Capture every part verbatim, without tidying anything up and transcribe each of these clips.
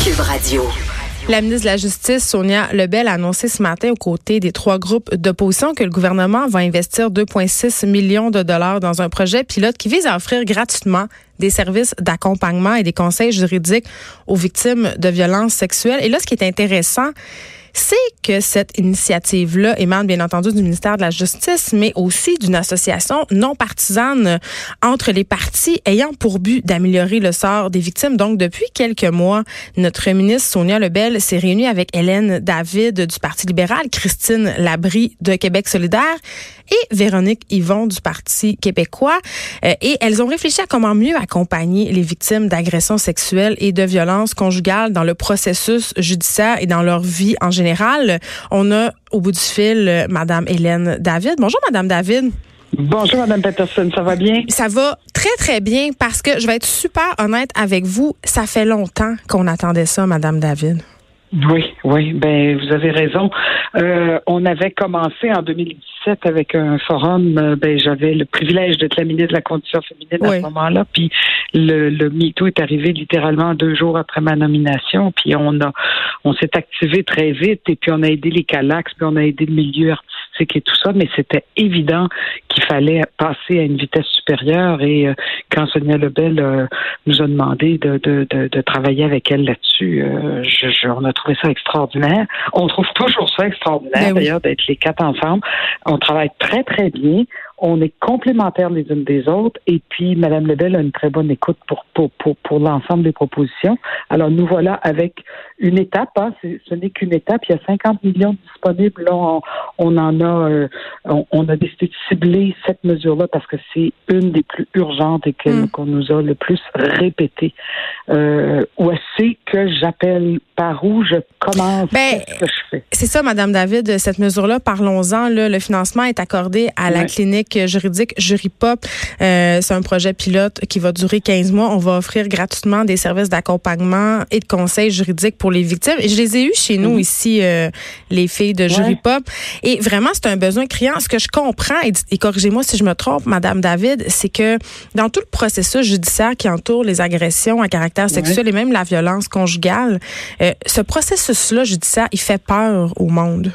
Cube Radio. La ministre de la Justice, Sonia Lebel, a annoncé ce matin aux côtés des trois groupes d'opposition que le gouvernement va investir deux virgule six millions de dollars dans un projet pilote qui vise à offrir gratuitement des services d'accompagnement et des conseils juridiques aux victimes de violences sexuelles. Et là, ce qui est intéressant, c'est que cette initiative-là émane bien entendu du ministère de la Justice, mais aussi d'une association non partisane entre les partis ayant pour but d'améliorer le sort des victimes. Donc, depuis quelques mois, notre ministre Sonia Lebel s'est réunie avec Hélène David du Parti libéral, Christine Labrie de Québec solidaire et Véronique Yvon du Parti québécois. Euh, et elles ont réfléchi à comment mieux accompagner les victimes d'agressions sexuelles et de violences conjugales dans le processus judiciaire et dans leur vie en général. On a au bout du fil Madame Hélène David. Bonjour Madame David. Bonjour Madame Peterson, ça va bien? Ça va très très bien parce que je vais être super honnête avec vous, ça fait longtemps qu'on attendait ça Madame David. Oui, oui, ben vous avez raison. Euh, on avait commencé en deux mille dix-sept avec un forum. Euh, ben j'avais le privilège d'être la ministre de la Condition féminine oui. à ce moment-là. Puis le, le MeToo est arrivé littéralement deux jours après ma nomination. Puis on a, on s'est activé très vite. Et puis on a aidé les Calax, puis on a aidé le milieu artistique et tout ça. Mais c'était évident qu'il fallait passer à une vitesse supérieure. Et euh, quand Sonia Lebel euh, nous a demandé de, de, de, de travailler avec elle là-dessus, euh, je, je, on a trouvé ça extraordinaire. On trouve toujours ça extraordinaire, oui. d'ailleurs, d'être les quatre ensemble. On travaille très, très bien. On est complémentaires les unes des autres. Et puis, Mme Lebel a une très bonne écoute pour, pour, pour, pour l'ensemble des propositions. Alors, nous voilà avec une étape. Hein, c'est, ce n'est qu'une étape. Il y a cinquante millions disponibles. Là, on, on en a, euh, on, on a décidé de cibler cette mesure-là parce que c'est une des plus urgentes et que, mm. qu'on nous a le plus répété. Euh, où c'est que j'appelle, par où je commence, ben, qu'est-ce que je fais? C'est ça, Mme David, cette mesure-là, parlons-en. Là, le financement est accordé à la ouais. clinique juridique Juripop. Euh, c'est un projet pilote qui va durer quinze mois. On va offrir gratuitement des services d'accompagnement et de conseils juridiques pour les victimes. Et je les ai eus chez nous mmh. ici, euh, les filles de ouais. Juripop. Et vraiment, c'est un besoin criant. Ce que je comprends, et, et corrigez-moi si je me trompe, Mme David, c'est que dans tout le processus judiciaire qui entoure les agressions à caractère sexuel ouais. et même la violence conjugale, euh, ce processus-là judiciaire, il fait peur au monde.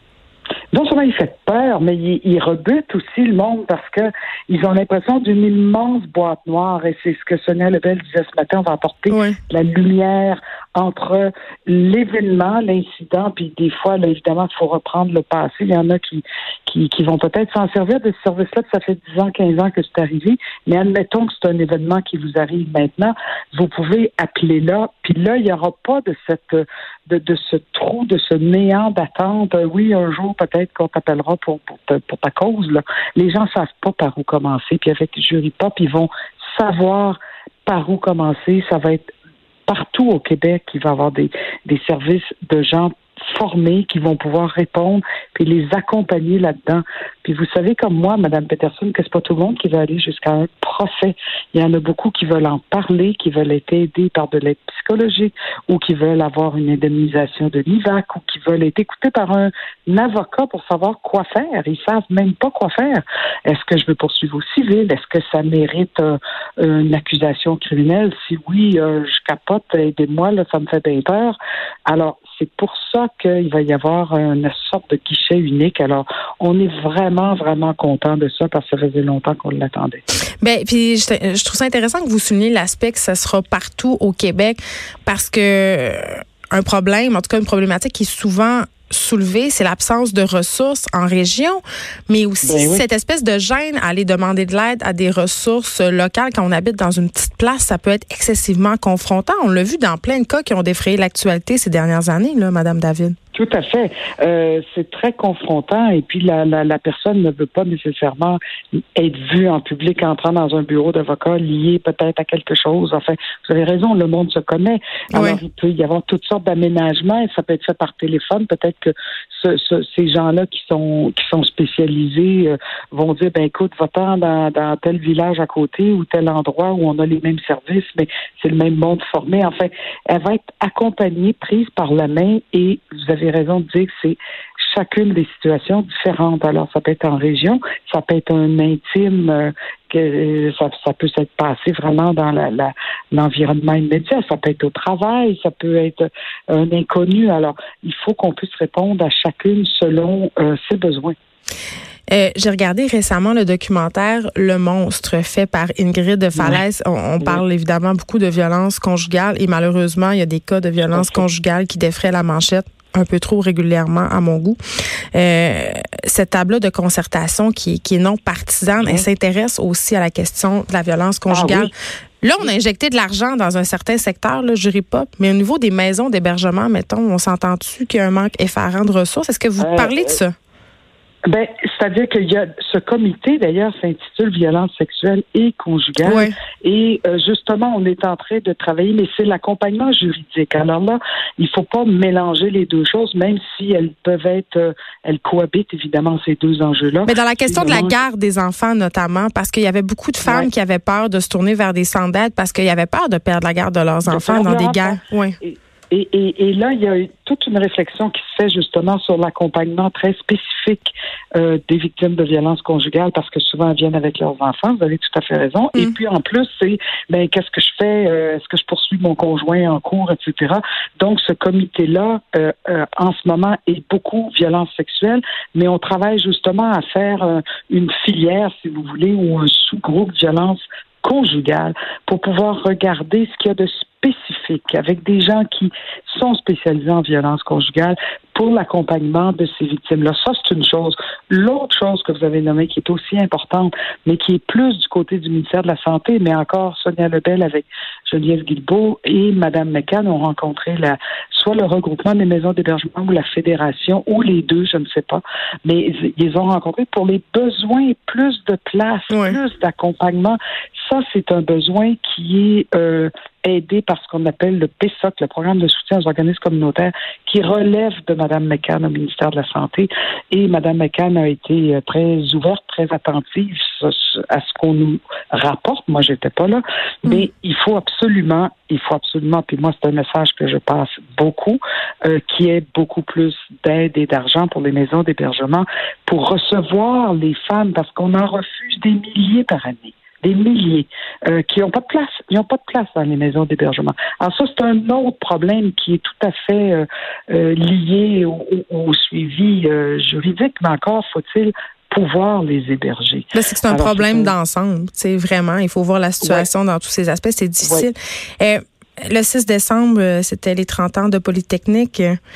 Non seulement il fait peur, mais il, il rebute aussi le monde parce que ils ont l'impression d'une immense boîte noire et c'est ce que Sonia Lebel disait ce matin, on va apporter oui. la lumière entre l'événement, l'incident, puis des fois, là, évidemment, il faut reprendre le passé. Il y en a qui, qui, qui vont peut-être s'en servir de ce service-là, que ça fait dix ans, quinze ans que c'est arrivé, mais admettons que c'est un événement qui vous arrive maintenant, vous pouvez appeler là, puis là, il n'y aura pas de cette de, de ce trou, de ce néant d'attente. Oui, un jour, peut-être qu'on t'appellera pour, pour, ta, pour ta cause. Là. Les gens ne savent pas par où commencer, puis avec Juripop, ils vont savoir par où commencer. Ça va être partout au Québec, il va y avoir des, des services de gens formés qui vont pouvoir répondre puis les accompagner là-dedans. Puis vous savez comme moi, Mme Peterson, que c'est pas tout le monde qui va aller jusqu'à un procès. Il y en a beaucoup qui veulent en parler, qui veulent être aidés par de l'aide psychologique ou qui veulent avoir une indemnisation de l'I V A C ou qui veulent être écoutés par un, un avocat pour savoir quoi faire. Ils savent même pas quoi faire. Est-ce que je veux poursuivre au civil? Est-ce que ça mérite euh, une accusation criminelle? Si oui, euh, je capote, aidez-moi, là, ça me fait bien peur. Alors, c'est pour ça qu'il va y avoir une sorte de guichet unique. Alors, on est vraiment, vraiment content de ça parce que ça faisait longtemps qu'on l'attendait. Bien, puis je, je trouve ça intéressant que vous souligniez l'aspect que ça sera partout au Québec parce que un problème, en tout cas une problématique qui est souvent soulevée, c'est l'absence de ressources en région, mais aussi ben oui. cette espèce de gêne à aller demander de l'aide à des ressources locales quand on habite dans une petite place, ça peut être excessivement confrontant. On l'a vu dans plein de cas qui ont défrayé l'actualité ces dernières années, là, Mme David. Tout à fait. Euh, c'est très confrontant et puis la, la, la personne ne veut pas nécessairement être vue en public entrant dans un bureau d'avocat lié peut-être à quelque chose. Enfin, vous avez raison, le monde se connaît. Alors, oui. il peut y avoir toutes sortes d'aménagements et ça peut être fait par téléphone. Peut-être que ce, ce, ces gens-là qui sont qui sont spécialisés euh, vont dire, ben écoute, va-t'en dans, dans tel village à côté ou tel endroit où on a les mêmes services, mais c'est le même monde formé. Enfin, elle va être accompagnée, prise par la main et vous avez raison de dire que c'est chacune des situations différentes. Alors, ça peut être en région, ça peut être un intime, euh, que ça, ça peut s'être passé vraiment dans la, la, l'environnement immédiat, ça peut être au travail, ça peut être un inconnu. Alors, il faut qu'on puisse répondre à chacune selon euh, ses besoins. Euh, j'ai regardé récemment le documentaire Le Monstre fait par Ingrid Falaise. On, on parle oui. évidemment beaucoup de violence conjugale et malheureusement, il y a des cas de violence conjugale qui défraient la manchette un peu trop régulièrement à mon goût. Euh, cette table de concertation qui, qui est non partisane, oui. elle s'intéresse aussi à la question de la violence conjugale. Ah, oui. Là, on a injecté de l'argent dans un certain secteur, là, je dirais pas, mais au niveau des maisons d'hébergement, mettons, on s'entend-tu qu'il y a un manque effarant de ressources? Est-ce que vous euh, parlez de ça? Ben, c'est-à-dire qu'il y a ce comité, d'ailleurs, s'intitule Violence sexuelle et conjugale. Ouais. Et euh, justement, on est en train de travailler, mais c'est l'accompagnement juridique. Alors là, il faut pas mélanger les deux choses, même si elles peuvent être, euh, elles cohabitent évidemment ces deux enjeux-là. Mais dans la question de la garde des enfants, notamment, parce qu'il y avait beaucoup de femmes ouais. qui avaient peur de se tourner vers des centres d'aide parce qu'ils avaient peur de perdre la garde de leurs de enfants dans des guerres. Oui. Et, et, et là, il y a toute une réflexion qui se fait justement sur l'accompagnement très spécifique euh, des victimes de violences conjugales parce que souvent elles viennent avec leurs enfants. Vous avez tout à fait raison. Mm. Et puis en plus, c'est ben qu'est-ce que je fais euh, Est-ce que je poursuis mon conjoint en cours, et cetera. Donc ce comité-là, euh, euh, en ce moment, est beaucoup violence sexuelle, mais on travaille justement à faire euh, une filière, si vous voulez, ou un sous-groupe de violence conjugale pour pouvoir regarder ce qu'il y a de spécifique avec des gens qui sont spécialisés en violence conjugale pour l'accompagnement de ces victimes-là. Ça, c'est une chose. L'autre chose que vous avez nommée qui est aussi importante, mais qui est plus du côté du ministère de la Santé, mais encore Sonia Lebel avec Geneviève Guilbeault et Mme McCann ont rencontré la, soit le regroupement des maisons d'hébergement ou la fédération, ou les deux, je ne sais pas, mais ils ont rencontré pour les besoins, plus de place, oui. plus d'accompagnement. Ça, c'est un besoin qui est euh, aidé par ce qu'on appelle le P S O C, le programme de soutien aux organismes communautaires, qui relève de Mme McCann au ministère de la Santé. Et Mme McCann a été très ouverte, très attentive à ce qu'on nous rapporte. Moi, j'étais pas là. Mm. Mais il faut absolument, il faut absolument, puis moi, c'est un message que je passe beaucoup, euh, qui est beaucoup plus d'aide et d'argent pour les maisons d'hébergement pour recevoir les femmes, parce qu'on en refuse des milliers par année. Des milliers euh, qui n'ont pas de place. Ils n'ont pas de place dans les maisons d'hébergement. Alors ça, c'est un autre problème qui est tout à fait euh, euh, lié au, au, au suivi euh, juridique, mais encore faut-il pouvoir les héberger. Là, c'est que c'est un Alors, problème c'est... d'ensemble. C'est vraiment, il faut voir la situation ouais. dans tous ces aspects. C'est difficile. Ouais. Euh, Le six décembre, c'était les trente ans de Polytechnique.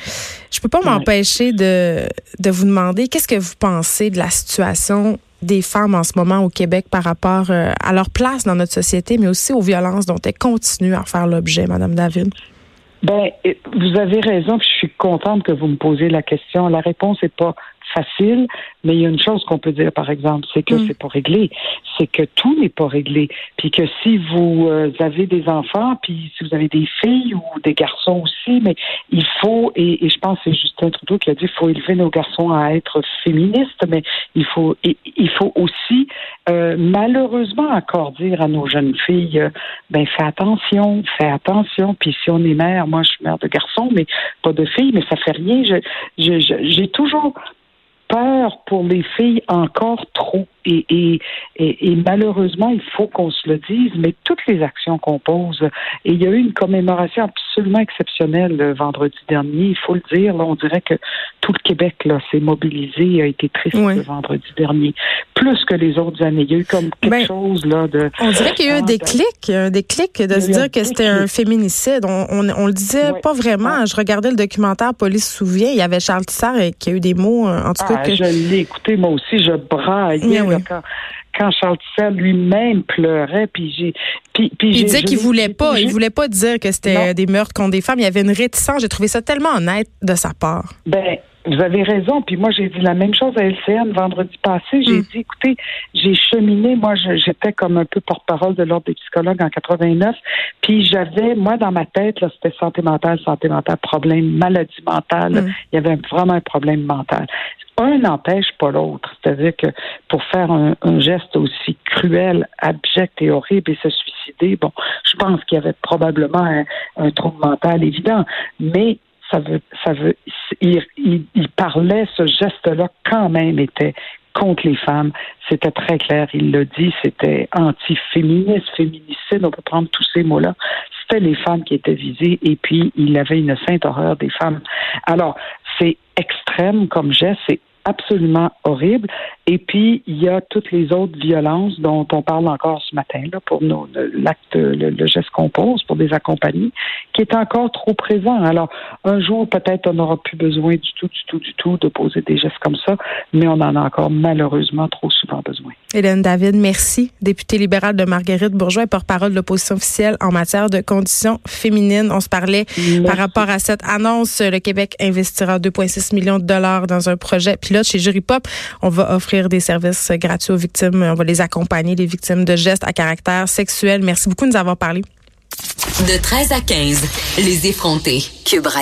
Je peux pas ouais. m'empêcher de, de vous demander qu'est-ce que vous pensez de la situation des femmes en ce moment au Québec par rapport euh, à leur place dans notre société, mais aussi aux violences dont elles continuent à faire l'objet, Mme David? Ben, vous avez raison, puis je suis contente que vous me posiez la question. La réponse n'est pas facile, mais il y a une chose qu'on peut dire, par exemple, c'est que mm. c'est pas réglé. C'est que tout n'est pas réglé. Puis que si vous euh, avez des enfants, puis si vous avez des filles ou des garçons aussi, mais il faut, et, et je pense que c'est Justin Trudeau qui a dit qu'il faut élever nos garçons à être féministes, mais il faut, et, il faut aussi euh, malheureusement encore dire à nos jeunes filles, euh, ben fais attention, fais attention. Puis si on est mère, moi je suis mère de garçon, mais pas de filles, mais ça fait rien. Je, je, je, j'ai toujours peur pour les filles encore trop. Et, et, et, et malheureusement, il faut qu'on se le dise, mais toutes les actions qu'on pose, et il y a eu une commémoration absolument exceptionnelle le vendredi dernier, il faut le dire, là, on dirait que tout le Québec là, s'est mobilisé et a été triste oui. le vendredi dernier, plus que les autres années. Il y a eu comme quelque ben, chose là de... On dirait qu'il y a eu un déclic, un déclic de se dire que c'était un féminicide. On, on, on le disait oui. pas vraiment. Je regardais le documentaire Police se souvient, il y avait Charles Tissard qui a eu des mots, en tout cas... Ah, que... je l'ai écouté, moi aussi, je braillais. Oui. Quand, quand Charles Tissard lui-même pleurait, puis j'ai... Puis, puis il j'ai, disait qu'il voulait pas, j'ai... il voulait pas dire que c'était non. des meurtres contre des femmes. Il y avait une réticence. J'ai trouvé ça tellement honnête de sa part. Ben, vous avez raison. Puis moi, j'ai dit la même chose à L C N vendredi passé. J'ai mm. dit, écoutez, j'ai cheminé. Moi, je, j'étais comme un peu porte-parole de l'Ordre des psychologues en quatre-vingt-neuf. Puis j'avais, moi, dans ma tête, là, c'était santé mentale, santé mentale, problème, maladie mentale. Mm. Il y avait vraiment un problème mental. Un n'empêche pas l'autre. C'est-à-dire que pour faire un, un geste aussi cruel, abject et horrible et se suicider, bon, je pense qu'il y avait probablement un, un trouble mental évident. Mais ça veut, ça veut, il, il, il parlait, ce geste-là quand même était contre les femmes. C'était très clair, il l'a dit, c'était anti-féministe, féminicide, on peut prendre tous ces mots-là. C'était les femmes qui étaient visées et puis il avait une sainte horreur des femmes. Alors, c'est extrême comme geste, c'est absolument horrible. Et puis, il y a toutes les autres violences dont on parle encore ce matin, là, pour nos, l'acte, le, le geste qu'on pose pour des accompagnés, qui est encore trop présent. Alors, un jour, peut-être, on n'aura plus besoin du tout, du tout, du tout de poser des gestes comme ça, mais on en a encore malheureusement trop souvent besoin. Hélène David, merci. Députée libérale de Marguerite-Bourgeoys et porte-parole de l'opposition officielle en matière de conditions féminines. On se parlait merci. Par rapport à cette annonce. Le Québec investira deux virgule six millions de dollars dans un projet pilote chez Jury Pop. On va offrir des services gratuits aux victimes. On va les accompagner, les victimes de gestes à caractère sexuel. Merci beaucoup de nous avoir parlé. De treize à quinze, les effrontés. Cube Radio.